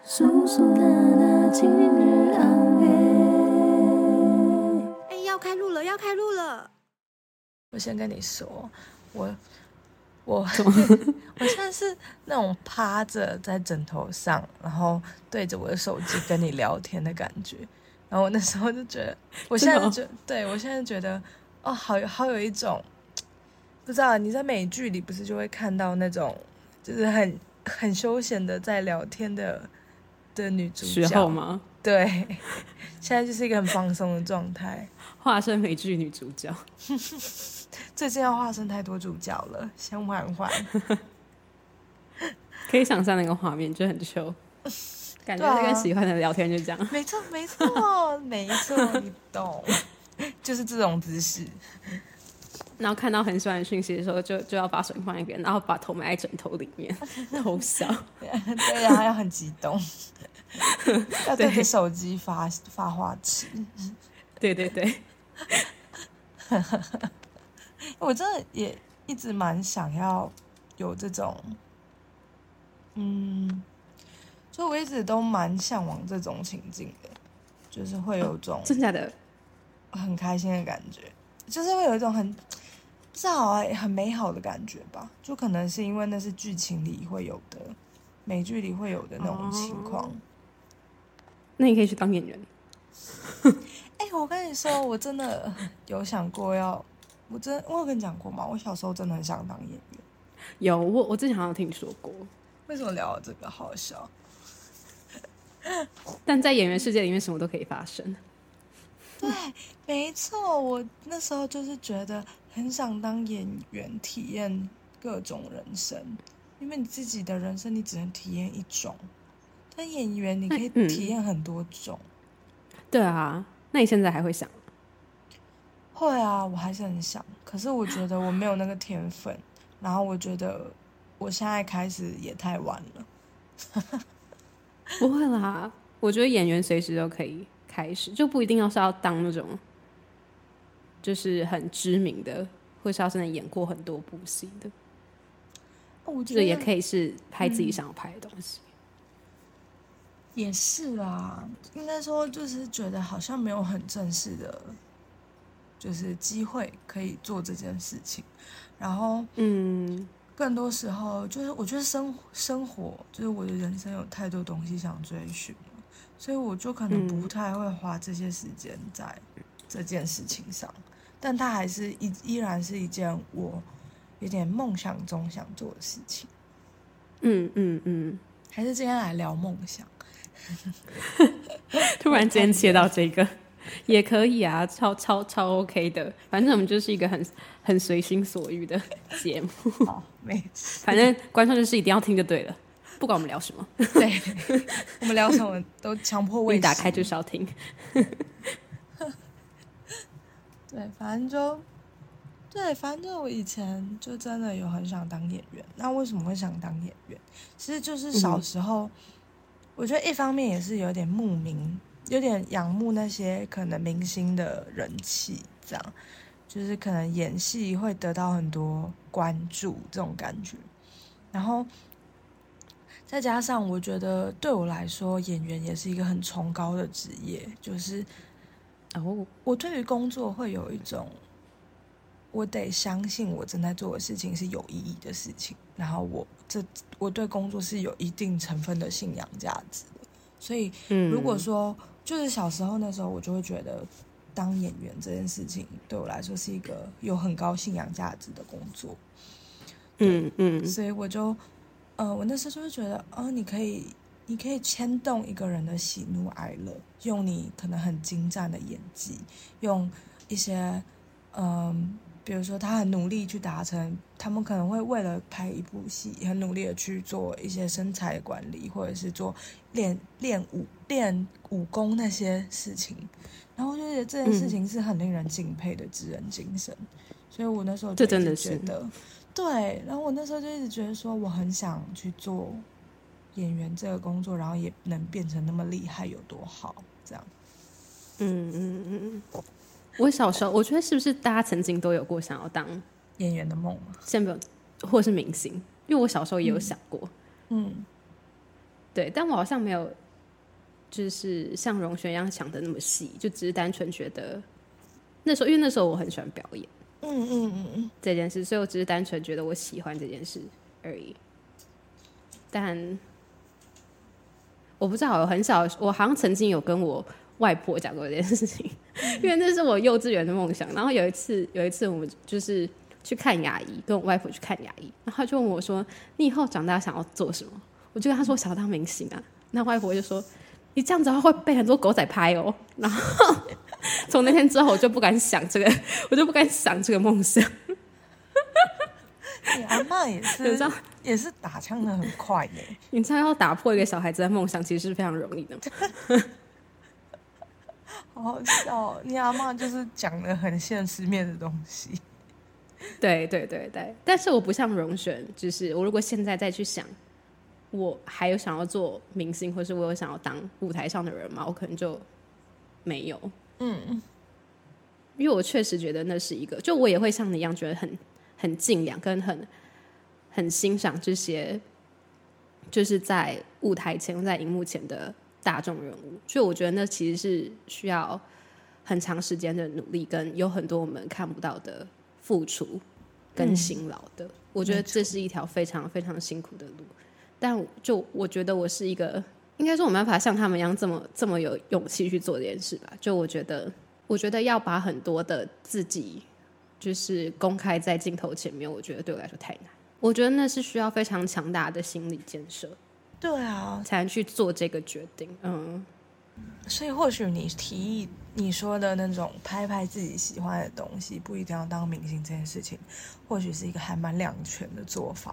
叔叔娜娜今日安慰。 哎，要开录了，要开录了！ 我先跟你说，我现在是那种趴着在枕头上，然后对着我的手机跟你聊天的感觉。然后我那时候就觉得，我现在就觉得，对，我现在觉得，哦，好有一种，不知道你在美剧里不是就会看到那种，就是很休闲的在聊天的女主角时候吗？ 对，现在就是一个很放松的状态， 化身美剧女主角。 最近要化身太多主角了，先缓缓。 可以想象那个画面，就很 chill，感觉在跟喜欢的聊天就这样。 没错，没错，没错，你懂，就是这种姿势。 然后看到很喜欢的讯息的时候就要把手机放一边，然后把头埋在枕头里面偷笑。 对，然后要很激动，要对着手机发话痴。 对对对。 我真的也一直蛮想要有这种，所以我一直都蛮向往这种情境的，就是会有种真假的很开心的感觉，就是会有一种很不知道啊，很美好的感觉吧。就可能是因为那是剧情里会有的，美剧里会有的那种情况。 那你可以去当演员。 我跟你说，我真的有想过要，我有跟你讲过吗？我小时候真的很想当演员。 有，我之前好像听说过。 为什么聊到这个好笑？ 但在演员世界里面，什么都可以发生。 对，没错，我那时候就是觉得很想当演员，体验各种人生，因为你自己的人生你只能体验一种，但演员你可以体验很多种。 对啊，那你现在还会想？ 会啊，我还是很想，可是我觉得我没有那个天分，然后我觉得我现在开始也太晚了。 不会啦，我觉得演员随时都可以开始，就不一定要当那种就是很知名的，或是要真的演过很多部戏的。 我觉得就也可以是拍自己想要拍的东西。 也是啦，应该说就是觉得好像没有很正式的，就是机会可以做这件事情。然后，更多时候就是我觉得生活就是我的人生有太多东西想追寻了，所以我就可能不太会花这些时间在这件事情上。但它还是依然是一件我有点梦想中想做的事情。还是今天来聊梦想。 突然间切到这个也可以啊，超 OK 的。反正我们就是一个很随心所欲的节目。 好，没事。 反正观众就是一定要听就对了，不管我们聊什么。 对，我们聊什么都强迫喂食。 一打开就是要听。 对，反正我以前就真的有很想当演员。那为什么会想当演员？其实就是小时候，我觉得一方面也是有点有点仰慕那些可能明星的人气，这样就是可能演戏会得到很多关注这种感觉。然后再加上我觉得对我来说，演员也是一个很崇高的职业，就是我对于工作会有一种，我得相信我正在做的事情是有意义的事情，然后我对工作是有一定成分的信仰价值的。所以如果说就是小时候那时候，我就会觉得当演员这件事情对我来说是一个有很高信仰价值的工作。所以我就我那时候就会觉得你可以牵动一个人的喜怒哀乐，用你可能很精湛的演技，用一些比如说他很努力去达成，他们可能会为了拍一部戏很努力的去做一些身材的管理，或者是做练武功那些事情，然后我就觉得这件事情是很令人敬佩的职人精神。所以我那时候就一直觉得对，然后我那时候就一直觉得说我很想去做演员这个工作，然后也能变成那么厉害有多好这样。 我小时候我觉得是不是大家曾经都有过想要当演员的梦， 先不用或是明星，因为我小时候也有想过。 对，但我好像没有就是像荣轩一样想的那么细，就只是单纯觉得那时候，因为那时候我很喜欢表演，这件事，所以我只是单纯觉得我喜欢这件事而已。但我不知道，我好像曾经有跟我外婆讲过这件事情，因为那是我幼稚园的梦想。然后有一次我们就是去看牙医，跟我外婆去看牙医，然后他就问我说：“你以后长大想要做什么？”我就跟他说：“我想要当明星啊。”那外婆就说：“你这样子的话会被很多狗仔拍哦。”然后从那天之后，我就不敢想这个梦想。 你阿嬷也是打枪的很快的， 你知道要打破一个小孩子的梦想，其实是非常容易的。 好好笑哦！你阿嬷就是讲的很现实面的东西。 对，但是我不像荣璇，就是我如果现在再去想，我还有想要做明星，或是我有想要当舞台上的人吗？我可能就没有。因为我确实觉得那是一个，就我也会像你一样觉得很敬仰，跟很欣赏这些，就是在舞台前、在荧幕前的大众人物。所以我觉得那其实是需要很长时间的努力，跟有很多我们看不到的付出跟辛劳的。我觉得这是一条非常非常辛苦的路。但就我觉得我是一个，应该说我没办法像他们一样这么有勇气去做这件事吧。就我觉得要把很多的自己就是公开在镜头前面，我觉得对我来说太难。我觉得那是需要非常强大的心理建设， 对啊， 才能去做这个决定。 所以或许你提议你说的那种拍自己喜欢的东西，不一定要当明星这件事情，或许是一个还蛮两全的做法。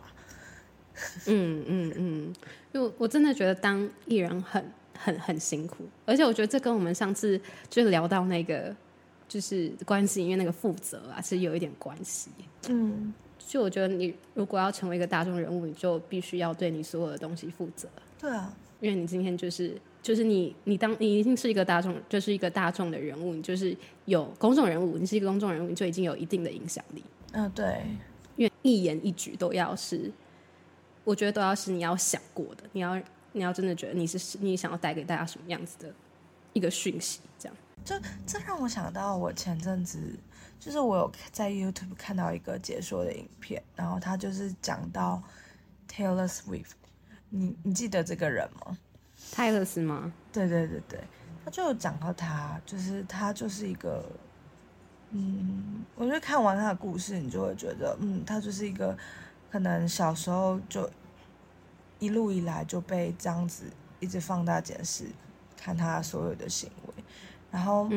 就我真的觉得当艺人很辛苦，而且我觉得这跟我们上次就聊到那个就是关系里面那个负责啊，是有一点关系。就我觉得你如果要成为一个大众人物，你就必须要对你所有的东西负责。 对啊， 因为你今天就是你已经是一个大众，就是一个大众的人物，你就是有公众人物，你是一个公众人物，你就已经有一定的影响力。 对， 因为一言一举都要是，我觉得都要是你要想过的，你要真的觉得你想要带给大家什么样子的一个讯息，这样。 这让我想到我前阵子就是我有在 YouTube 看到一个解说的影片，然后他就是讲到 Taylor Swift， 你记得这个人吗？ 泰勒斯吗？ 对，他就有讲到他就是一个，我觉得看完他的故事，你就会觉得，他就是一个可能小时候就一路以来就被这样子一直放大检视，看他所有的行为，然后，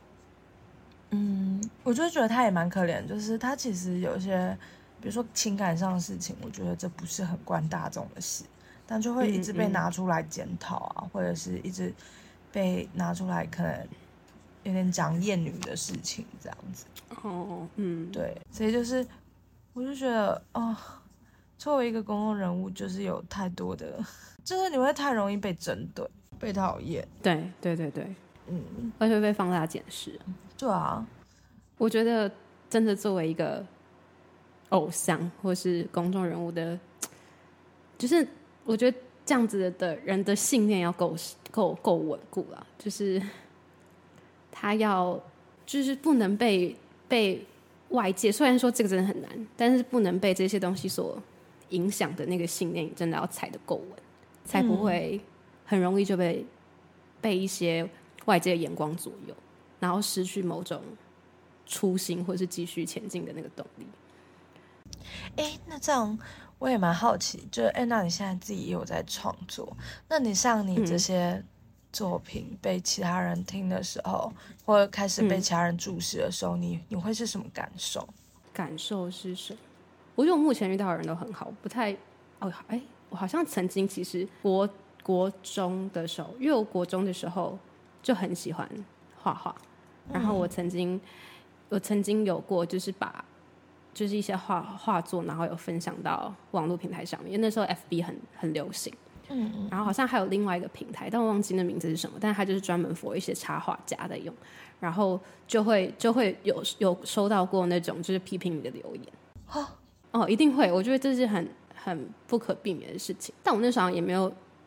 我就觉得他也蛮可怜，就是他其实有一些，比如说情感上的事情，我觉得这不是很关大众的事。但就会一直被拿出来检讨啊，或者是一直被拿出来，可能有点讲厌女的事情这样子。对，所以就是我就觉得作为一个公众人物，就是有太多的，就是你会太容易被针对、被讨厌。 对，而且会被放大检视。 对啊， 我觉得真的作为一个偶像或是公众人物的，就是我觉得这样子的人的信念要够稳固啦，就是他要就是不能被外界，虽然说这个真的很难，但是不能被这些东西所影响的那个信念，真的要踩得够稳，才不会很容易就被一些外界的眼光左右，然后失去某种初心或是继续前进的那个动力。 那这样我也蛮好奇，就是那你现在自己也有在创作，那你像你这些作品被其他人听的时候，或者开始被其他人注视的时候，你会是什么感受？ 感受是什么？我觉得我目前遇到的人都很好，不太我好像曾经其实国中的时候，因为我国中的时候就很喜欢画画，然后我曾经有过就是一些画作，然后有分享到网络平台上面，因为那时候 FB 很流行，然后好像还有另外一个平台，但我忘记那名字是什么，但是它就是专门 for 一些插画家在用，然后就会有收到过那种就是批评你的留言，一定会，我觉得这是很不可避免的事情，但我那时候也没有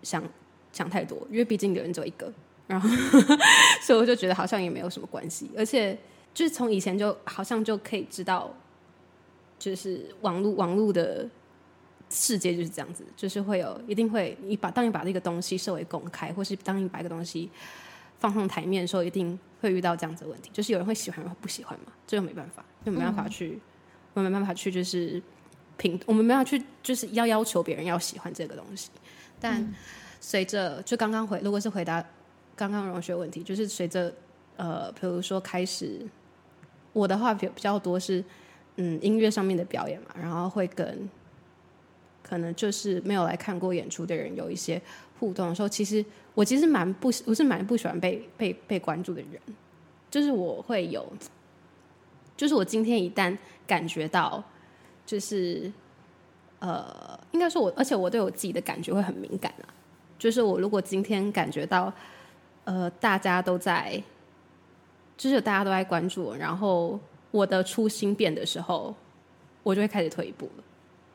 想太多，因为毕竟有人只有一个，然后所以我就觉得好像也没有什么关系，而且就是从以前就好像就可以知道，就是网络的世界就是这样子，就是一定会当你把这个东西设为公开，或是当你把一个东西放上台面的时候，一定会遇到这样子的问题，就是有人会喜欢，有人会不喜欢嘛，这就没办法，就没办法去，我们没办法去就是我们没办法去就是要求别人要喜欢这个东西，但随着就如果是回答刚刚荣学问题，就是随着比如说开始我的话比较多是音乐上面的表演嘛，然后会跟可能就是没有来看过演出的人有一些互动的时候，我是蛮不喜欢被关注的人，就是我会有，就是我今天一旦感觉到就是应该说而且我对我自己的感觉会很敏感啊，就是我如果今天感觉到大家都在关注我，然后我的初心变的时候，我就会开始退一步了。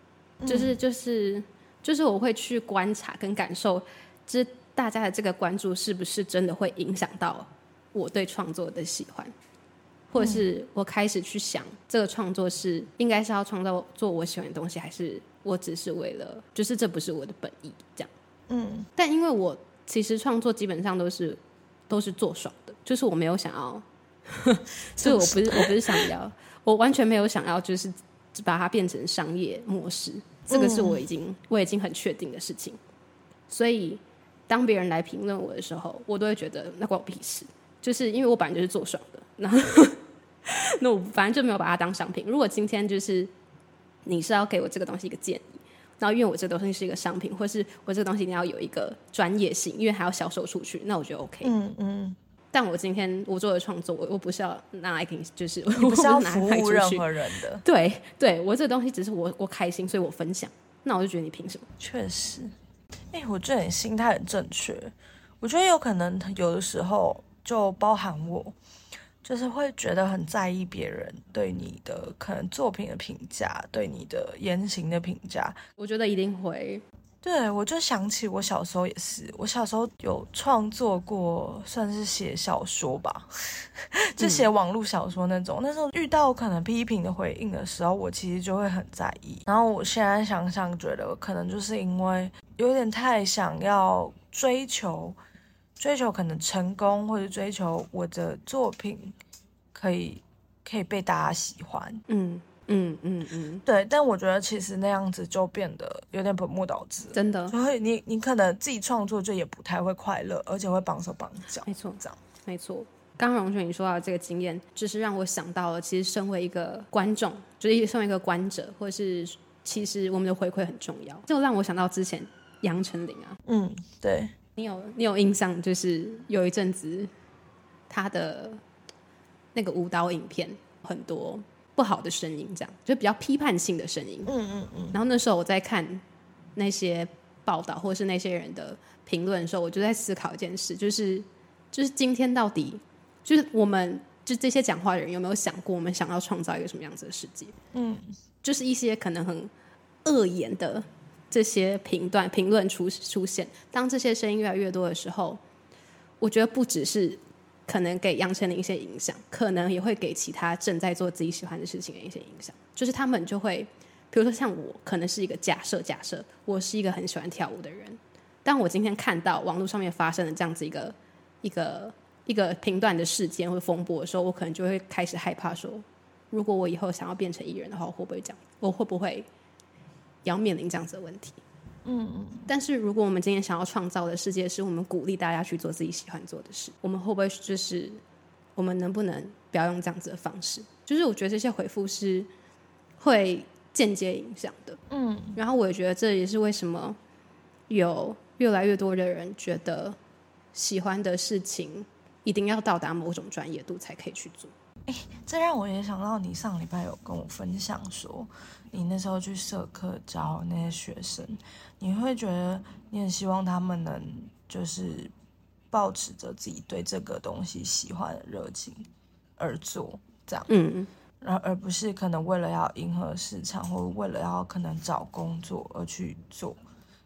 就是我会去观察跟感受，就是大家的这个关注是不是真的会影响到我对创作的喜欢，或者是我开始去想这个创作应该是要创造做我喜欢的东西，还是我只是为了就是这不是我的本意这样。但因为我其实创作基本上都是做爽的，就是我没有想要所以我不是想要，我完全没有想要就是把它变成商业模式，这个是我已经很确定的事情。所以当别人来评论我的时候，我都会觉得那关我屁事，就是因为我本来就是做爽的，然后那我反正就没有把它当商品。如果今天就是你是要给我这个东西一个建议，然后因为我这个东西是一个商品，或是我这个东西一定要有一个专业性，因为还要销售出去，那我觉得 OK。但我今天我做的创作，我不是要拿来给，就是我不是要服务任何人的。 对，我这个东西只是我开心，所以我分享。那我就觉得你凭什么？ 确实，我觉得你心态很正确。我觉得有可能有的时候就包含我，就是会觉得很在意别人对你的可能作品的评价，对你的言行的评价。 我觉得一定会。 对，我就想起我小时候也是，我小时候有创作过，算是写小说吧，就写网络小说那种。那时候遇到可能批评的回应的时候，我其实就会很在意。然后我现在想想，觉得可能就是因为有点太想要追求可能成功，或者追求我的作品可以被大家喜欢。对，但我觉得其实那样子就变得有点本末倒置， 真的。 所以你可能自己创作就也不太会快乐，而且会绑手绑脚。 没错， 这样没错。刚刚荣雪你说到的这个经验，就是让我想到了，其实身为一个观众，就是身为一个观者，或是其实我们的回馈很重要，就让我想到之前杨丞琳啊， 对， 你有印象，就是有一阵子他的那个舞蹈影片很多不好的声音，这样就比较批判性的声音。然后那时候我在看那些报道或是那些人的评论的时候，我就在思考一件事，就是今天到底就是我们就这些讲话的人有没有想过，我们想要创造一个什么样子的世界？就是一些可能很恶言的这些评论出现，当这些声音越来越多的时候，我觉得不只是可能给杨丞琳一些影响，可能也会给其他正在做自己喜欢的事情的一些影响。就是他们就会，比如说像我，可能是一个假设我是一个很喜欢跳舞的人，当我今天看到网络上面发生了这样子一个评断的事件或者风波的时候，我可能就会开始害怕说，如果我以后想要变成艺人的话，我会不会这样？我会不会也要面临这样子的问题？但是如果我们今天想要创造的世界是我们鼓励大家去做自己喜欢做的事，我们会不会就是我们能不能不要用这样子的方式？就是我觉得这些回复是会间接影响的。然后我也觉得这也是为什么有越来越多的人觉得喜欢的事情一定要到达某种专业度才可以去做。 这让我也想到你上礼拜有跟我分享说，你那时候去社课教那些学生，你会觉得你很希望他们能就是抱持着自己对这个东西喜欢的热情而做，这样，而不是可能为了要迎合市场，或为了要可能找工作而去做。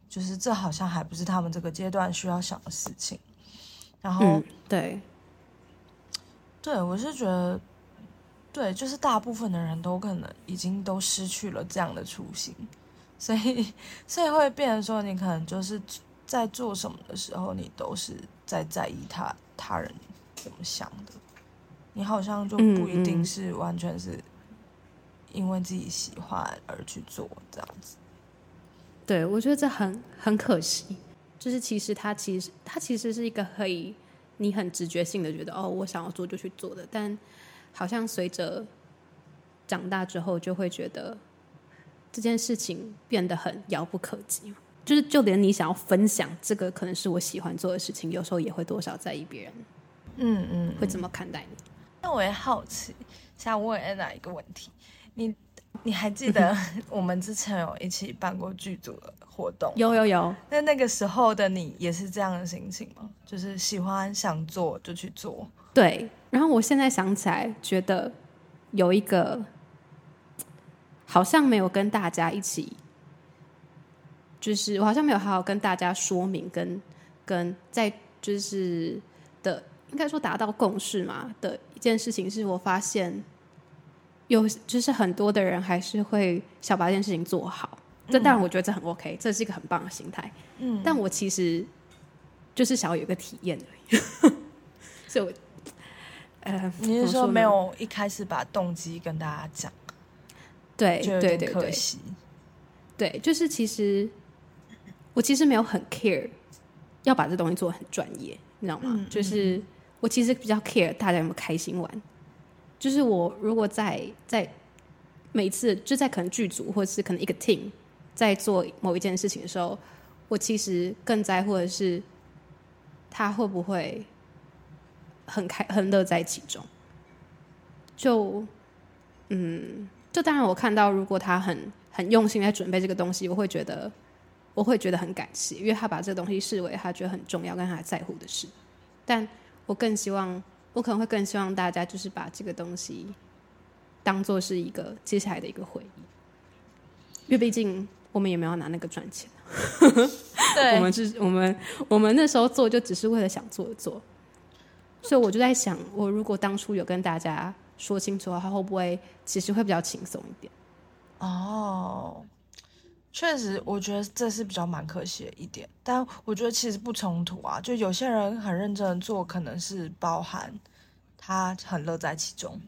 就是这好像还不是他们这个阶段需要想的事情。然后， 对， 我是觉得，对，就是大部分的人都可能已经都失去了这样的初心，所以会变成说，你可能就是在做什么的时候，你都是在意他人怎么想的，你好像就不一定是完全是因为自己喜欢而去做这样子。 对，我觉得这很可惜，就是它其实是一个你很直觉性的觉得我想要做就去做的，但好像随着长大之后就会觉得这件事情变得很遥不可及，就是就连你想要分享这个可能是我喜欢做的事情，有时候也会多少在意别人会怎么看待你。 那我也好奇，想问Anna一个问题，你还记得我们之前有一起办过剧组的活动？ 有。 那个时候的你也是这样的心情吗？就是喜欢想做就去做。 对，然后我现在想起来，觉得有一个好像没有跟大家一起，就是我好像没有好好跟大家说明，跟在就是的，应该说达到共识嘛的一件事情，是我发现就是很多的人还是会想把这件事情做好。这当然我觉得这很 OK， 这是一个很棒的心态。但我其实就是想要有一个体验而已。所以我你是说没有一开始把动机跟大家讲？ 对， 就有点可惜。 对，就是我其实没有很 care 要把这东西做得很专业，你知道吗？就是我其实比较 care 大家有没有开心玩。就是我如果在每次就在可能剧组或者是可能一个 team 在做某一件事情的时候，我其实更在乎的是他会不会很乐在其中。就当然我看到如果他很用心在准备这个东西，我会觉得很感谢，因为他把这个东西视为他觉得很重要跟他在乎的事。但我可能会更希望大家就是把这个东西当做是一个接下来的一个回忆，因为毕竟我们也没有拿那个赚钱。 对， 我们那时候做就只是为了想做，所以我就在想，我如果当初有跟大家说清楚的话，会不会其实会比较轻松一点？ 确实，我觉得这是比较蛮可惜的一点，但我觉得其实不冲突啊。就有些人很认真的做，可能是包含他很乐在其中。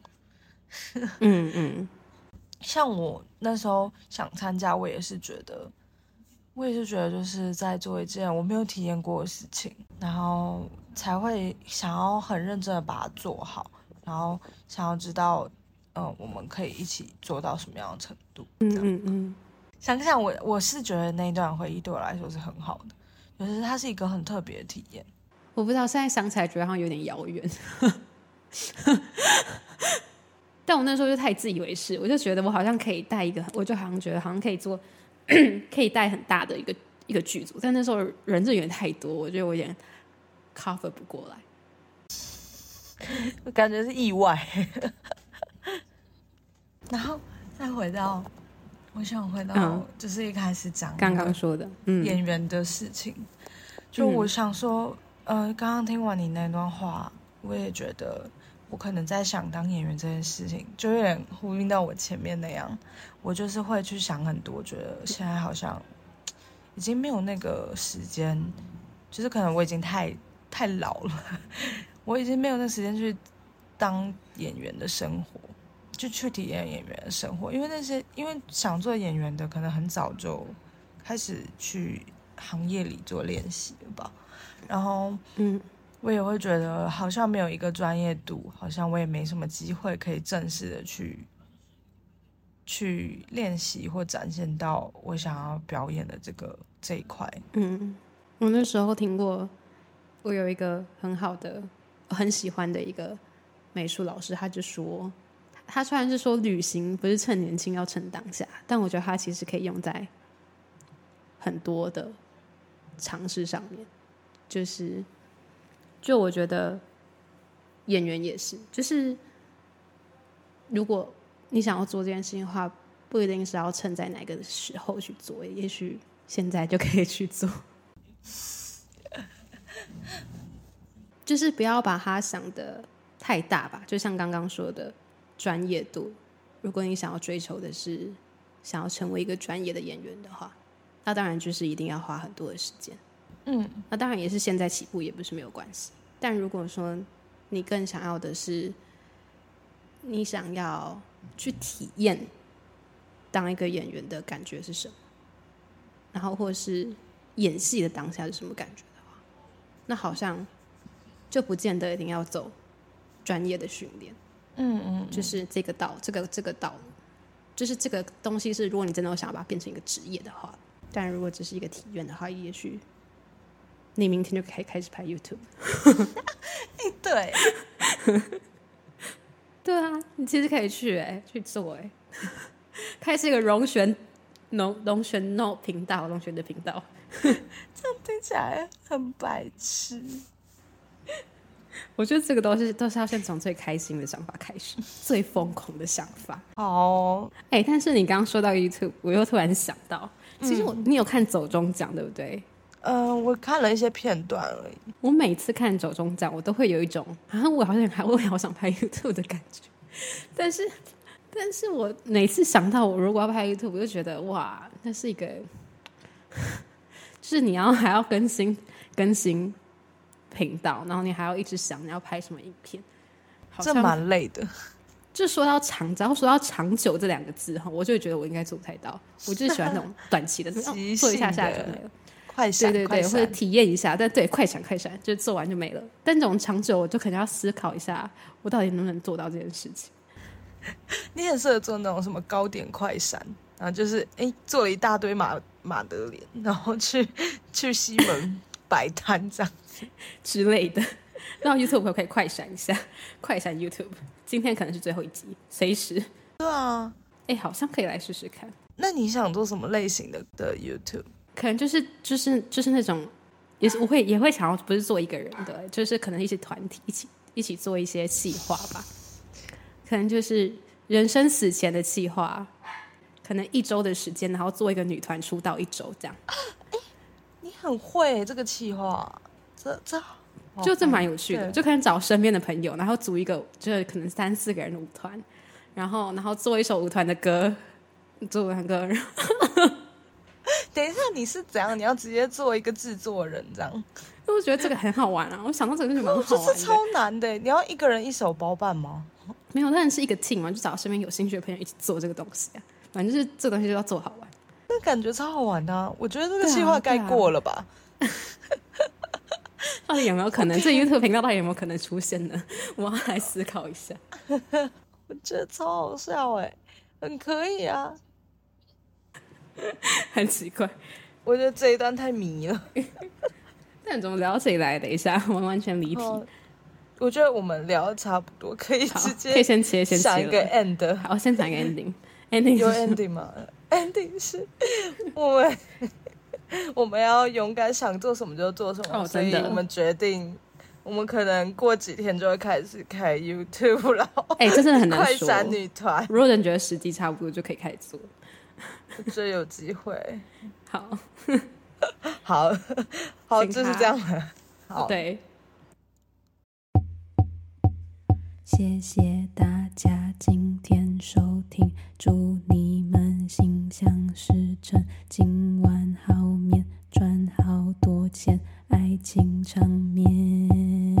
像我那时候想参加，我也是觉得就是在做一件我没有体验过的事情，然后才会想要很认真的把它做好，然后想要知道，我们可以一起做到什么样的程度。想想我是觉得那一段回忆对我来说是很好的，就是它是一个很特别的体验。 我不知道，现在想起来觉得好像有点遥远。但我那时候就太自以为是，我就觉得我好像可以带一个，我就好像觉得好像可以做，可以带很大的一个剧组。但那时候人有点太多，我觉得我有点 cover 不过来， 我感觉是意外。然后再回到，我想回到就是一开始讲刚刚说的演员的事情。就我想说，刚刚听完你那段话，我也觉得我可能在想当演员这件事情，就有点呼应到我前面那样，我就是会去想很多，觉得现在好像已经没有那个时间，就是可能我已经太老了，我已经没有那时间去当演员的生活，就去体验演员的生活。因为想做演员的可能很早就开始去行业里做练习了吧，然后我也会觉得好像没有一个专业度，好像我也没什么机会可以正式的去练习或展现到我想要表演的这一块。 我那时候听过，我有一个很好的我很喜欢的一个美术老师，他就说，他虽然是说旅行不是趁年轻要趁当下，但我觉得他其实可以用在很多的尝试上面。就我觉得演员也是，就是如果你想要做这件事情的话，不一定是要趁在哪个时候去做，也许现在就可以去做。就是不要把它想得太大吧，就像刚刚说的专业度，如果你想要追求的是想要成为一个专业的演员的话，那当然就是一定要花很多的时间。那当然也是现在起步也不是没有关系，但如果说你更想要的是你想要去体验当一个演员的感觉是什么，然后或是演戏的当下是什么感觉的话，那好像就不见得一定要走专业的训练。就是这个道路，就是这个东西是，如果你真的想要把它变成一个职业的话，但如果只是一个体验的话，也许你明天就可以开始拍 YouTube。 对， 对啊，你其实可以去做开始一个龙泉 No 频道，龙泉的频道。 这样听起来很白痴。 我觉得这个都是要先从最开心的想法开始，最疯狂的想法。 好， 但是你刚刚说到 YouTube， 我又突然想到，其实你有看走中奖对不对？ 我看了一些片段而已。 我每次看走中奖，我都会有一种我好想拍 YouTube 的感觉。但是我每次想到我如果要拍 YouTube， 我就觉得哇，那是一个，就是你还要更新频道，然后你还要一直想你要拍什么影片，好像这蛮累的。 就只要说到长久这两个字，我就觉得我应该做不太到。我就是喜欢那种短期的，做一下下就没了。 快闪， 对，或者体验一下，但对，快闪，就做完就没了。但这种长久，我就可能要思考一下，我到底能不能做到这件事情。 你很适合做那种什么糕点快闪，然后就是做了一大堆马德莲，然后去西门摆摊这样子之类的。然后 YouTube 可以快闪一下，快闪 YouTube。今天可能是最后一集，随时。 对啊， 好像可以来试试看。 那你想做什么类型的 YouTube？ 可能就是那种，也会想要，不是做一个人的，就是可能一些团体一起做一些企划吧。可能就是人生死前的企划，可能1周的时间，然后做一个女团出道1周这样。 你很会这个企划， 这蛮有趣的，就可能找身边的朋友，然后组一个就是可能3、4个人的舞团，然后做一首舞团的歌，做舞团歌。 等一下，你是怎样？你要直接做一个制作人这样？ 我觉得这个很好玩啊！我想到这个就蛮好玩的。 这是超难的，你要一个人一手包办吗？ 没有，当然是一个 team 嘛，就找身边有兴趣的朋友一起做这个东西啊。反正就是这个东西就要做好玩。 那感觉超好玩的我觉得这个计划该过了吧？ 到底有没有可能？这 YouTube 频道到底有没有可能出现呢？我要来思考一下。 我觉得超好笑很可以啊。 很奇怪， 我觉得这一段太迷了。 但怎么聊起来？等一下，我完全离题。 我觉得我们聊的差不多，可以直接可以先切想一个 end。 好，先讲一个 ending。 有 ending 吗？ending 是我们要勇敢想做什么就做什么，所以我们决定，我们可能过几天就会开始开 YouTube 了。 这真的很难说。 快闪女团， 如果人觉得时机差不多，就可以开始做。 我觉得有机会。 好， 好，就是这样了。好， 对。 谢谢大家今天收听，祝你们心想事成，今晚好眠，赚好多钱，爱情长眠。